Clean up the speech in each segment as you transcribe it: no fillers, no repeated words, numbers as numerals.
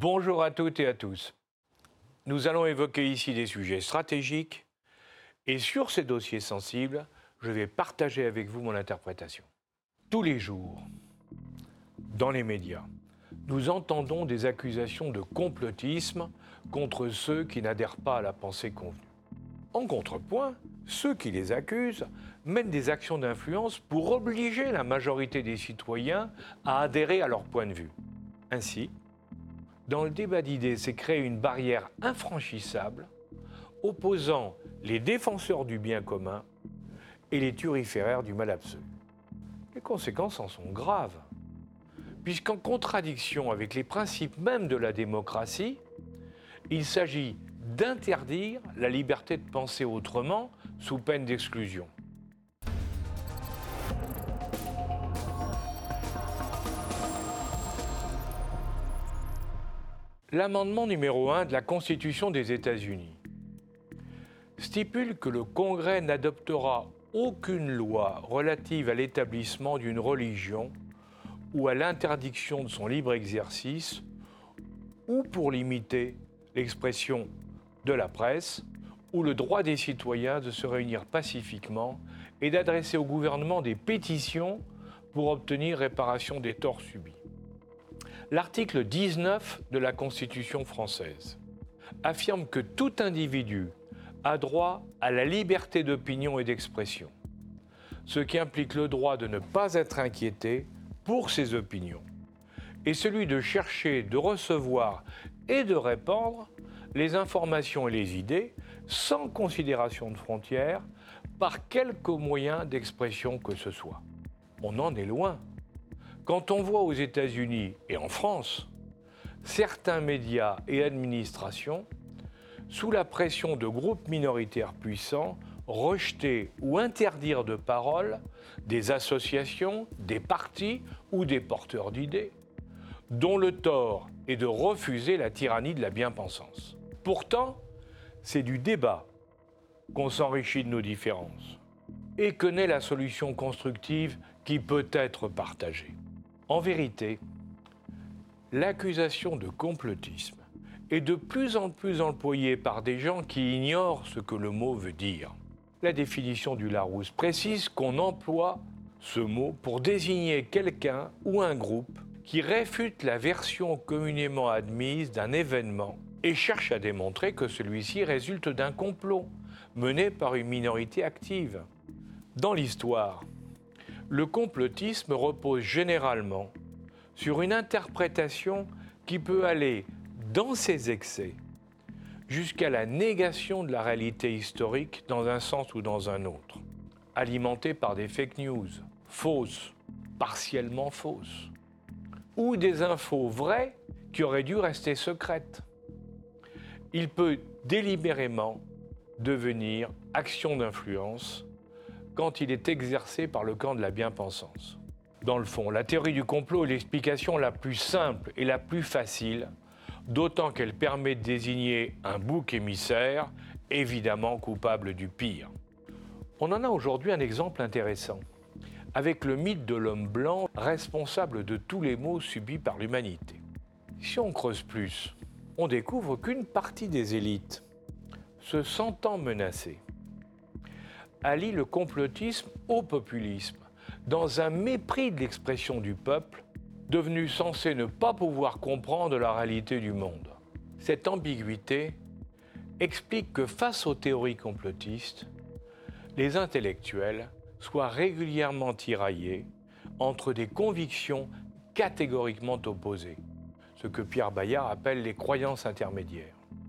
Bonjour à toutes et à tous. Nous allons évoquer ici des sujets stratégiques et sur ces dossiers sensibles, je vais partager avec vous mon interprétation. Tous les jours, dans les médias, nous entendons des accusations de complotisme contre ceux qui n'adhèrent pas à la pensée convenue. En contrepoint, ceux qui les accusent mènent des actions d'influence pour obliger la majorité des citoyens à adhérer à leur point de vue. Ainsi, dans le débat d'idées s'est créée une barrière infranchissable opposant les défenseurs du bien commun et les turiféraires du mal absolu. Les conséquences en sont graves, puisqu'en contradiction avec les principes même de la démocratie, il s'agit d'interdire la liberté de penser autrement sous peine d'exclusion. L'amendement numéro 1 de la Constitution des États-Unis stipule que le Congrès n'adoptera aucune loi relative à l'établissement d'une religion ou à l'interdiction de son libre exercice ou pour limiter l'expression de la presse ou le droit des citoyens de se réunir pacifiquement et d'adresser au gouvernement des pétitions pour obtenir réparation des torts subis. L'article 19 de la Constitution française affirme que tout individu a droit à la liberté d'opinion et d'expression, ce qui implique le droit de ne pas être inquiété pour ses opinions, et celui de chercher, de recevoir et de répandre les informations et les idées sans considération de frontières, par quelque moyen d'expression que ce soit. On en est loin. Quand on voit aux États-Unis et en France, certains médias et administrations, sous la pression de groupes minoritaires puissants, rejeter ou interdire de parole des associations, des partis ou des porteurs d'idées, dont le tort est de refuser la tyrannie de la bien-pensance. Pourtant, c'est du débat qu'on s'enrichit de nos différences et que naît la solution constructive qui peut être partagée. En vérité, l'accusation de complotisme est de plus en plus employée par des gens qui ignorent ce que le mot veut dire. La définition du Larousse précise qu'on emploie ce mot pour désigner quelqu'un ou un groupe qui réfute la version communément admise d'un événement et cherche à démontrer que celui-ci résulte d'un complot mené par une minorité active. Dans l'histoire, le complotisme repose généralement sur une interprétation qui peut aller, dans ses excès, jusqu'à la négation de la réalité historique dans un sens ou dans un autre, alimentée par des fake news, fausses, partiellement fausses, ou des infos vraies qui auraient dû rester secrètes. Il peut délibérément devenir action d'influence quand il est exercé par le camp de la bien-pensance. Dans le fond, la théorie du complot est l'explication la plus simple et la plus facile, d'autant qu'elle permet de désigner un bouc émissaire, évidemment coupable du pire. On en a aujourd'hui un exemple intéressant, avec le mythe de l'homme blanc responsable de tous les maux subis par l'humanité. Si on creuse plus, on découvre qu'une partie des élites, se sentant menacée, allie le complotisme au populisme, dans un mépris de l'expression du peuple, devenu censé ne pas pouvoir comprendre la réalité du monde. Cette ambiguïté explique que face aux théories complotistes, les intellectuels soient régulièrement tiraillés entre des convictions catégoriquement opposées, ce que Pierre Bayard appelle les croyances intermédiaires.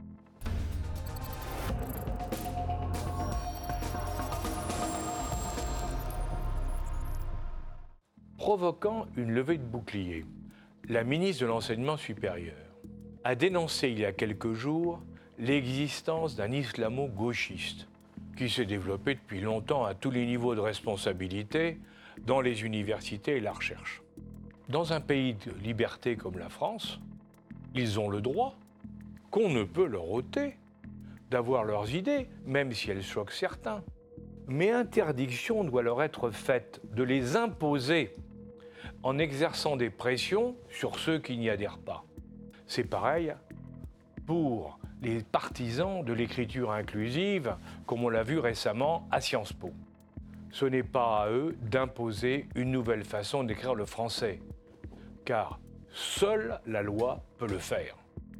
Provoquant une levée de bouclier, la ministre de l'Enseignement supérieur a dénoncé il y a quelques jours l'existence d'un islamo-gauchiste qui s'est développé depuis longtemps à tous les niveaux de responsabilité dans les universités et la recherche. Dans un pays de liberté comme la France, ils ont le droit, qu'on ne peut leur ôter, d'avoir leurs idées, même si elles choquent certains. Mais interdiction doit leur être faite de les imposer en exerçant des pressions sur ceux qui n'y adhèrent pas. C'est pareil pour les partisans de l'écriture inclusive, comme on l'a vu récemment à Sciences Po. Ce n'est pas à eux d'imposer une nouvelle façon d'écrire le français, car seule la loi peut le faire.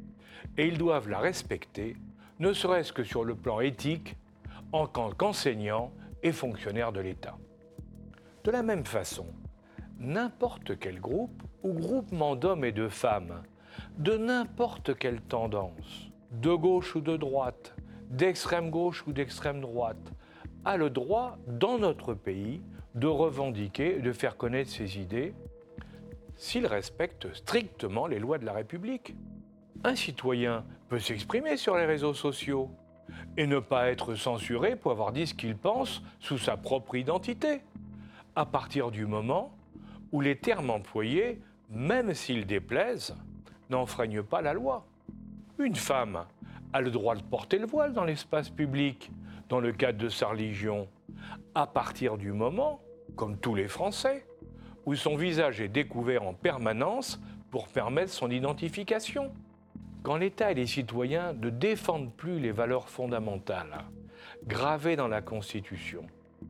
Et ils doivent la respecter, ne serait-ce que sur le plan éthique, en tant qu'enseignants et fonctionnaires de l'État. De la même façon, n'importe quel groupe ou groupement d'hommes et de femmes, de n'importe quelle tendance, de gauche ou de droite, d'extrême gauche ou d'extrême droite, a le droit, dans notre pays, de revendiquer et de faire connaître ses idées s'il respecte strictement les lois de la République. Un citoyen peut s'exprimer sur les réseaux sociaux et ne pas être censuré pour avoir dit ce qu'il pense sous sa propre identité, à partir du moment où les termes employés, même s'ils déplaisent, n'enfreignent pas la loi. Une femme a le droit de porter le voile dans l'espace public, dans le cadre de sa religion, à partir du moment, comme tous les Français, où son visage est découvert en permanence pour permettre son identification. Quand l'État et les citoyens ne défendent plus les valeurs fondamentales gravées dans la Constitution,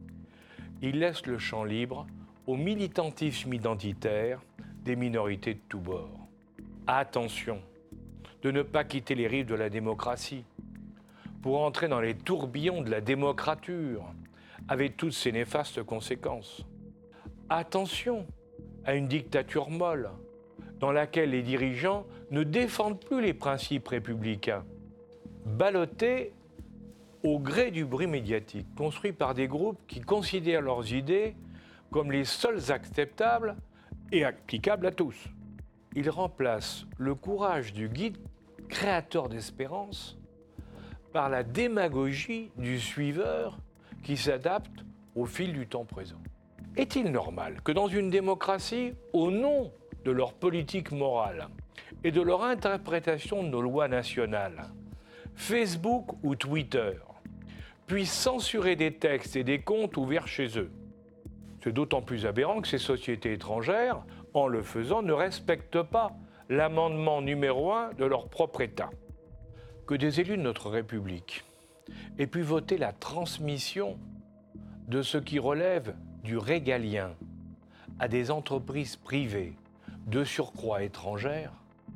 ils laissent le champ libre au militantisme identitaire des minorités de tous bords. Attention de ne pas quitter les rives de la démocratie pour entrer dans les tourbillons de la démocrature avec toutes ses néfastes conséquences. Attention à une dictature molle dans laquelle les dirigeants ne défendent plus les principes républicains, ballottés au gré du bruit médiatique, construit par des groupes qui considèrent leurs idées comme les seules acceptables et applicables à tous. Ils remplacent le courage du guide créateur d'espérance par la démagogie du suiveur qui s'adapte au fil du temps présent. Est-il normal que dans une démocratie, au nom de leur politique morale et de leur interprétation de nos lois nationales, Facebook ou Twitter puissent censurer des textes et des comptes ouverts chez eux? C'est d'autant plus aberrant que ces sociétés étrangères, en le faisant, ne respectent pas l'amendement numéro 1 de leur propre État. Que des élus de notre République aient pu voter la transmission de ce qui relève du régalien à des entreprises privées, de surcroît étrangères,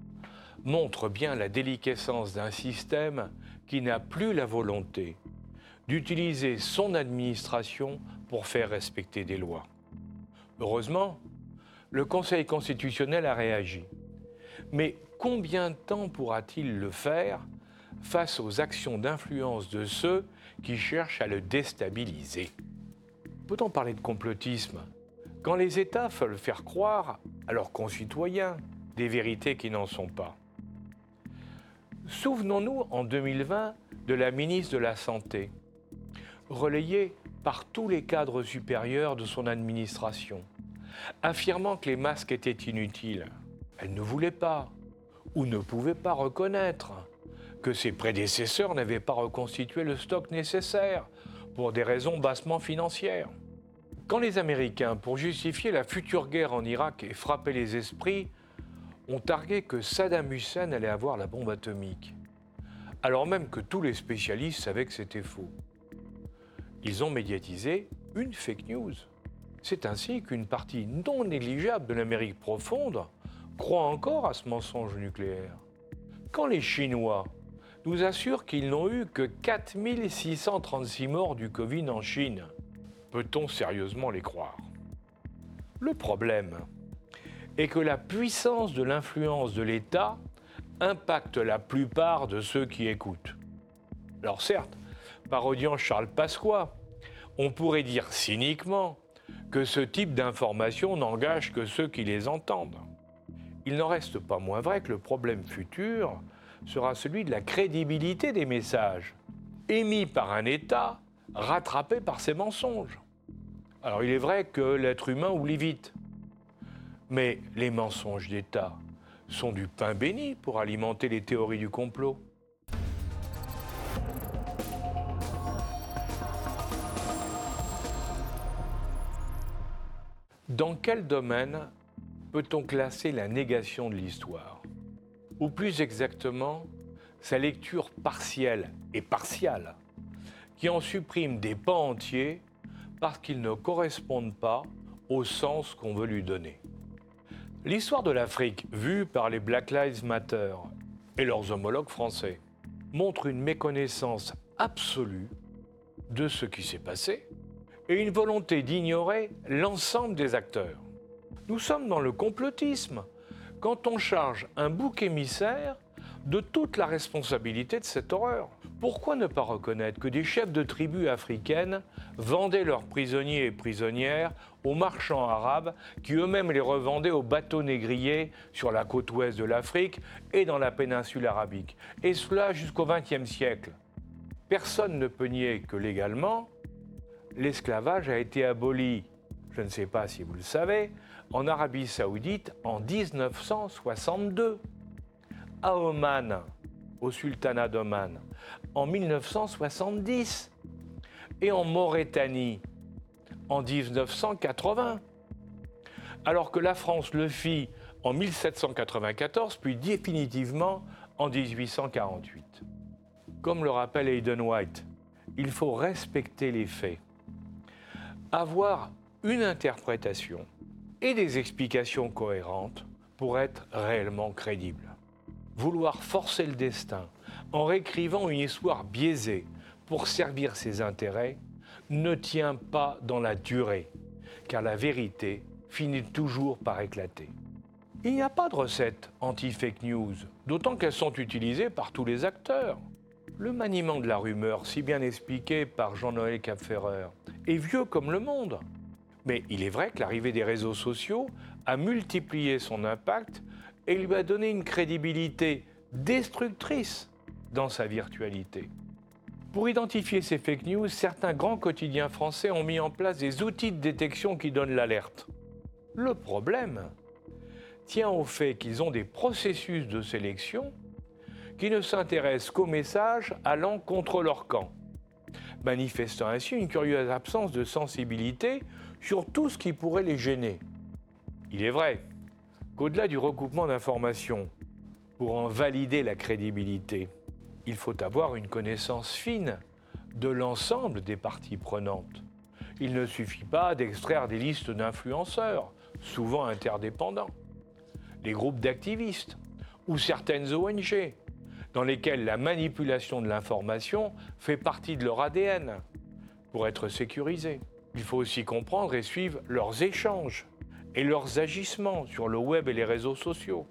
montre bien la déliquescence d'un système qui n'a plus la volonté d'utiliser son administration pour faire respecter des lois. Heureusement, le Conseil constitutionnel a réagi. Mais combien de temps pourra-t-il le faire face aux actions d'influence de ceux qui cherchent à le déstabiliser? Peut-on parler de complotisme quand les États veulent faire croire à leurs concitoyens des vérités qui n'en sont pas? Souvenons-nous en 2020 de la ministre de la Santé, relayée par tous les cadres supérieurs de son administration, affirmant que les masques étaient inutiles. Elle ne voulait pas ou ne pouvait pas reconnaître que ses prédécesseurs n'avaient pas reconstitué le stock nécessaire pour des raisons bassement financières. Quand les Américains, pour justifier la future guerre en Irak et frapper les esprits, ont targué que Saddam Hussein allait avoir la bombe atomique, alors même que tous les spécialistes savaient que c'était faux, ils ont médiatisé une fake news. C'est ainsi qu'une partie non négligeable de l'Amérique profonde croit encore à ce mensonge nucléaire. Quand les Chinois nous assurent qu'ils n'ont eu que 4636 morts du Covid en Chine, peut-on sérieusement les croire? Le problème est que la puissance de l'influence de l'État impacte la plupart de ceux qui écoutent. Alors certes, parodiant Charles Pasqua, on pourrait dire cyniquement que ce type d'information n'engage que ceux qui les entendent. Il n'en reste pas moins vrai que le problème futur sera celui de la crédibilité des messages, émis par un État rattrapé par ses mensonges. Alors il est vrai que l'être humain oublie vite, mais les mensonges d'État sont du pain béni pour alimenter les théories du complot. Dans quel domaine peut-on classer la négation de l'histoire? ou plus exactement, sa lecture partielle et partiale, qui en supprime des pans entiers parce qu'ils ne correspondent pas au sens qu'on veut lui donner. L'histoire de l'Afrique, vue par les Black Lives Matter et leurs homologues français, montre une méconnaissance absolue de ce qui s'est passé et une volonté d'ignorer l'ensemble des acteurs. Nous sommes dans le complotisme quand on charge un bouc émissaire de toute la responsabilité de cette horreur. Pourquoi ne pas reconnaître que des chefs de tribus africaines vendaient leurs prisonniers et prisonnières aux marchands arabes qui eux-mêmes les revendaient aux bateaux négriers sur la côte ouest de l'Afrique et dans la péninsule arabique, et cela jusqu'au XXe siècle. Personne ne peut nier que légalement, l'esclavage a été aboli, je ne sais pas si vous le savez, en Arabie Saoudite en 1962, à Oman, au sultanat d'Oman, en 1970, et en Mauritanie, en 1980, alors que la France le fit en 1794, puis définitivement en 1848. Comme le rappelle Hayden White, il faut respecter les faits, avoir une interprétation et des explications cohérentes pour être réellement crédible. Vouloir forcer le destin en réécrivant une histoire biaisée pour servir ses intérêts ne tient pas dans la durée, car la vérité finit toujours par éclater. Il n'y a pas de recette anti-fake news, d'autant qu'elles sont utilisées par tous les acteurs. Le maniement de la rumeur, si bien expliqué par Jean-Noël Capferrer, est vieux comme le monde. Mais il est vrai que l'arrivée des réseaux sociaux a multiplié son impact et lui a donné une crédibilité destructrice dans sa virtualité. Pour identifier ces fake news, certains grands quotidiens français ont mis en place des outils de détection qui donnent l'alerte. Le problème tient au fait qu'ils ont des processus de sélection qui ne s'intéressent qu'aux messages allant contre leur camp, manifestant ainsi une curieuse absence de sensibilité sur tout ce qui pourrait les gêner. Il est vrai qu'au-delà du recoupement d'informations, pour en valider la crédibilité, il faut avoir une connaissance fine de l'ensemble des parties prenantes. Il ne suffit pas d'extraire des listes d'influenceurs, souvent interdépendants, les groupes d'activistes ou certaines ONG, dans lesquelles la manipulation de l'information fait partie de leur ADN, pour être sécurisée. Il faut aussi comprendre et suivre leurs échanges et leurs agissements sur le web et les réseaux sociaux.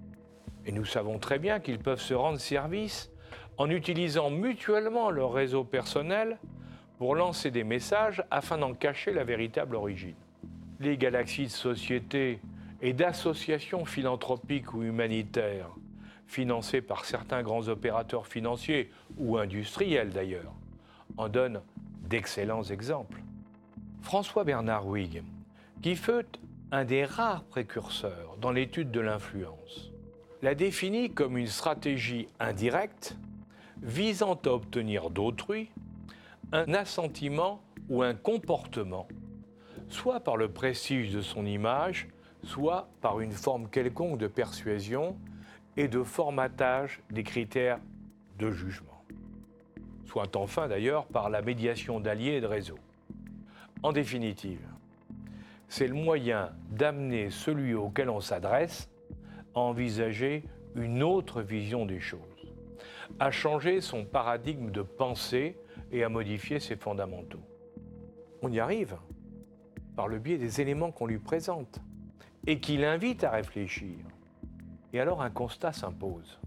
Et nous savons très bien qu'ils peuvent se rendre service en utilisant mutuellement leur réseau personnel pour lancer des messages afin d'en cacher la véritable origine. Les galaxies de sociétés et d'associations philanthropiques ou humanitaires, financées par certains grands opérateurs financiers ou industriels d'ailleurs, en donnent d'excellents exemples. François Bernard Huyghe, qui fut un des rares précurseurs dans l'étude de l'influence, l'a définit comme une stratégie indirecte visant à obtenir d'autrui un assentiment ou un comportement, soit par le prestige de son image, soit par une forme quelconque de persuasion et de formatage des critères de jugement, soit enfin d'ailleurs par la médiation d'alliés et de réseaux. En définitive, c'est le moyen d'amener celui auquel on s'adresse à envisager une autre vision des choses, à changer son paradigme de pensée et à modifier ses fondamentaux. On y arrive par le biais des éléments qu'on lui présente et qui l'invitent à réfléchir. Et alors un constat s'impose.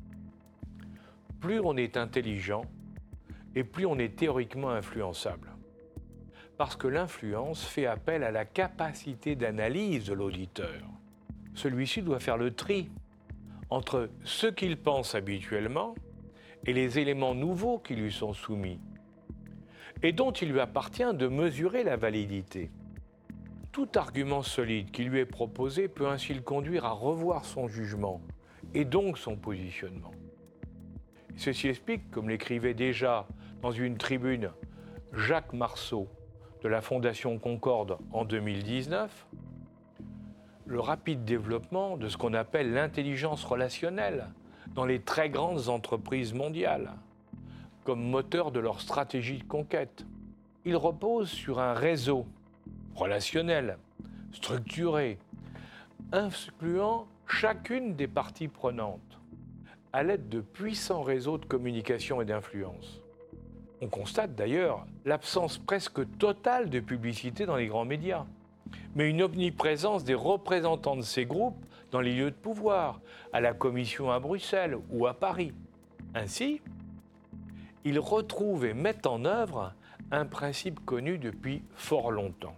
Plus on est intelligent et plus on est théoriquement influençable. Parce que l'influence fait appel à la capacité d'analyse de l'auditeur. Celui-ci doit faire le tri entre ce qu'il pense habituellement et les éléments nouveaux qui lui sont soumis, et dont il lui appartient de mesurer la validité. Tout argument solide qui lui est proposé peut ainsi le conduire à revoir son jugement, et donc son positionnement. Ceci explique, comme l'écrivait déjà dans une tribune Jacques Marceau de la Fondation Concorde en 2019, le rapide développement de ce qu'on appelle l'intelligence relationnelle dans les très grandes entreprises mondiales, comme moteur de leur stratégie de conquête. Ils reposent sur un réseau relationnel, structuré, incluant chacune des parties prenantes, à l'aide de puissants réseaux de communication et d'influence. On constate d'ailleurs l'absence presque totale de publicité dans les grands médias, mais une omniprésence des représentants de ces groupes dans les lieux de pouvoir, à la Commission à Bruxelles ou à Paris. Ainsi, ils retrouvent et mettent en œuvre un principe connu depuis fort longtemps.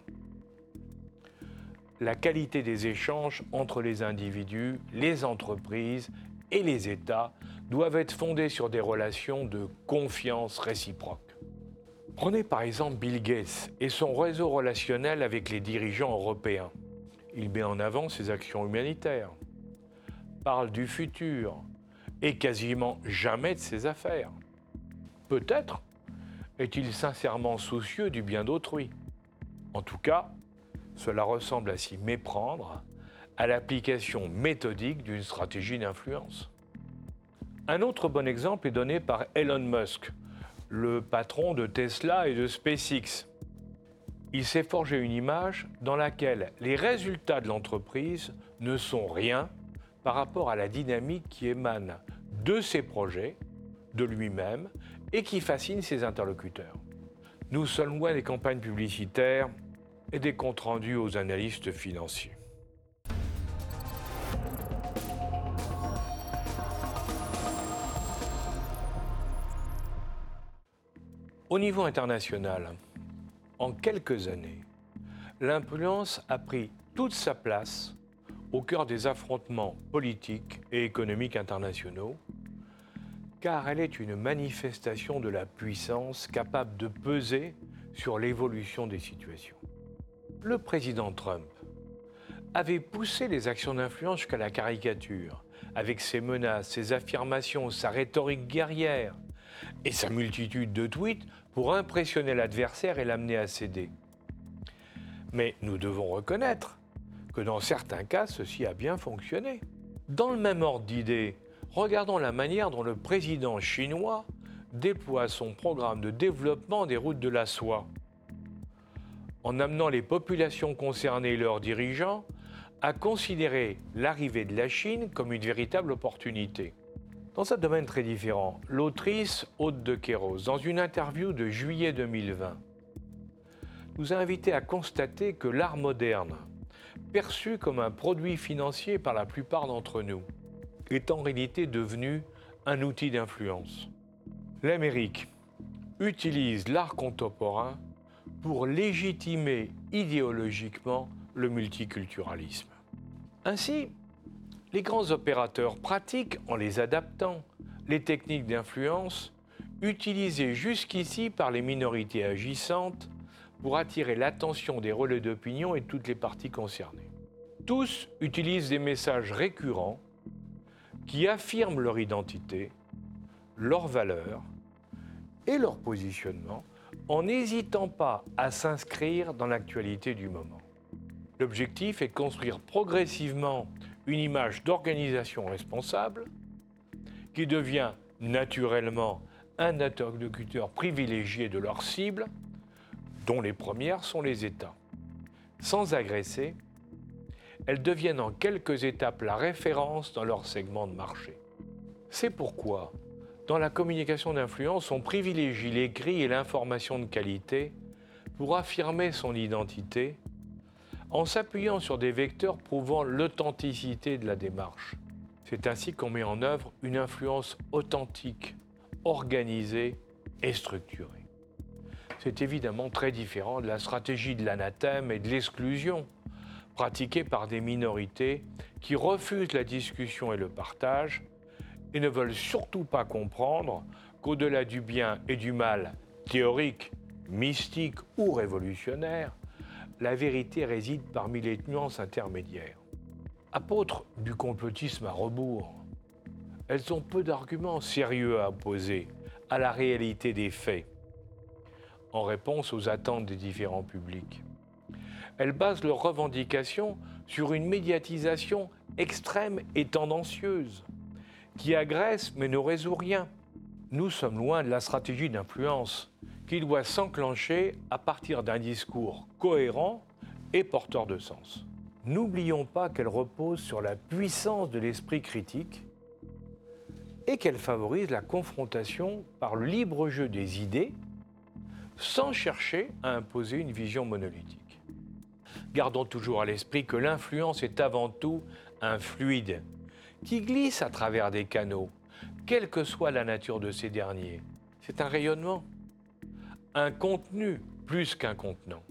La qualité des échanges entre les individus, les entreprises et les États doivent être fondées sur des relations de confiance réciproque. Prenez par exemple Bill Gates et son réseau relationnel avec les dirigeants européens. Il met en avant ses actions humanitaires, parle du futur et quasiment jamais de ses affaires. Peut-être est-il sincèrement soucieux du bien d'autrui. En tout cas, cela ressemble à s'y méprendre à l'application méthodique d'une stratégie d'influence. Un autre bon exemple est donné par Elon Musk, le patron de Tesla et de SpaceX. Il s'est forgé une image dans laquelle les résultats de l'entreprise ne sont rien par rapport à la dynamique qui émane de ses projets, de lui-même, et qui fascine ses interlocuteurs. Nous sommes loin des campagnes publicitaires et des comptes rendus aux analystes financiers. Au niveau international, en quelques années, l'influence a pris toute sa place au cœur des affrontements politiques et économiques internationaux, car elle est une manifestation de la puissance capable de peser sur l'évolution des situations. Le président Trump avait poussé les actions d'influence jusqu'à la caricature, avec ses menaces, ses affirmations, sa rhétorique guerrière et sa multitude de tweets pour impressionner l'adversaire et l'amener à céder. Mais nous devons reconnaître que dans certains cas, ceci a bien fonctionné. Dans le même ordre d'idées, regardons la manière dont le président chinois déploie son programme de développement des routes de la soie, en amenant les populations concernées et leurs dirigeants à considérer l'arrivée de la Chine comme une véritable opportunité. Dans un domaine très différent, l'autrice Aude de Queiroz, dans une interview de juillet 2020, nous a invités à constater que l'art moderne, perçu comme un produit financier par la plupart d'entre nous, est en réalité devenu un outil d'influence. L'Amérique utilise l'art contemporain pour légitimer idéologiquement le multiculturalisme. Ainsi, les grands opérateurs pratiquent, en les adaptant, les techniques d'influence utilisées jusqu'ici par les minorités agissantes pour attirer l'attention des relais d'opinion et de toutes les parties concernées. Tous utilisent des messages récurrents qui affirment leur identité, leurs valeurs et leur positionnement en n'hésitant pas à s'inscrire dans l'actualité du moment. L'objectif est de construire progressivement une image d'organisation responsable qui devient naturellement un interlocuteur privilégié de leur cible, dont les premières sont les États. Sans agresser, elles deviennent en quelques étapes la référence dans leur segment de marché. C'est pourquoi, dans la communication d'influence, on privilégie l'écrit et l'information de qualité pour affirmer son identité en s'appuyant sur des vecteurs prouvant l'authenticité de la démarche. C'est ainsi qu'on met en œuvre une influence authentique, organisée et structurée. C'est évidemment très différent de la stratégie de l'anathème et de l'exclusion, pratiquée par des minorités qui refusent la discussion et le partage et ne veulent surtout pas comprendre qu'au-delà du bien et du mal théorique, mystique ou révolutionnaire, la vérité réside parmi les nuances intermédiaires. Apôtres du complotisme à rebours, elles ont peu d'arguments sérieux à opposer à la réalité des faits, en réponse aux attentes des différents publics. Elles basent leurs revendications sur une médiatisation extrême et tendancieuse, qui agresse mais ne résout rien. Nous sommes loin de la stratégie d'influence qui doit s'enclencher à partir d'un discours cohérent et porteur de sens. N'oublions pas qu'elle repose sur la puissance de l'esprit critique et qu'elle favorise la confrontation par le libre jeu des idées sans chercher à imposer une vision monolithique. Gardons toujours à l'esprit que l'influence est avant tout un fluide qui glisse à travers des canaux, quelle que soit la nature de ces derniers. C'est un rayonnement, un contenu plus qu'un contenant.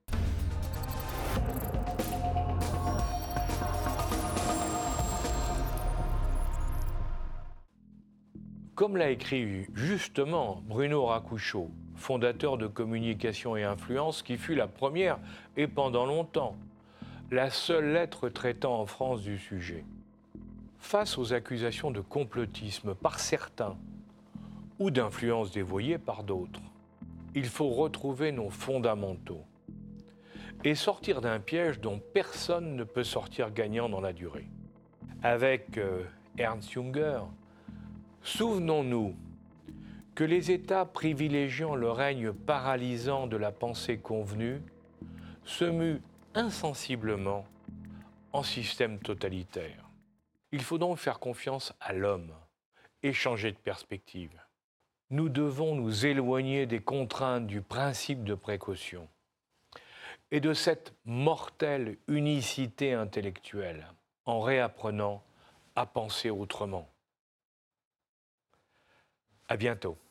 Comme l'a écrit justement Bruno Racouchot, fondateur de Communication et Influence, qui fut la première et pendant longtemps la seule lettre traitant en France du sujet. Face aux accusations de complotisme par certains ou d'influence dévoyée par d'autres, il faut retrouver nos fondamentaux et sortir d'un piège dont personne ne peut sortir gagnant dans la durée. Avec Ernst Junger, souvenons-nous que les États privilégiant le règne paralysant de la pensée convenue se muent insensiblement en système totalitaire. Il faut donc faire confiance à l'homme et changer de perspective. Nous devons nous éloigner des contraintes du principe de précaution et de cette mortelle unicité intellectuelle en réapprenant à penser autrement. À bientôt.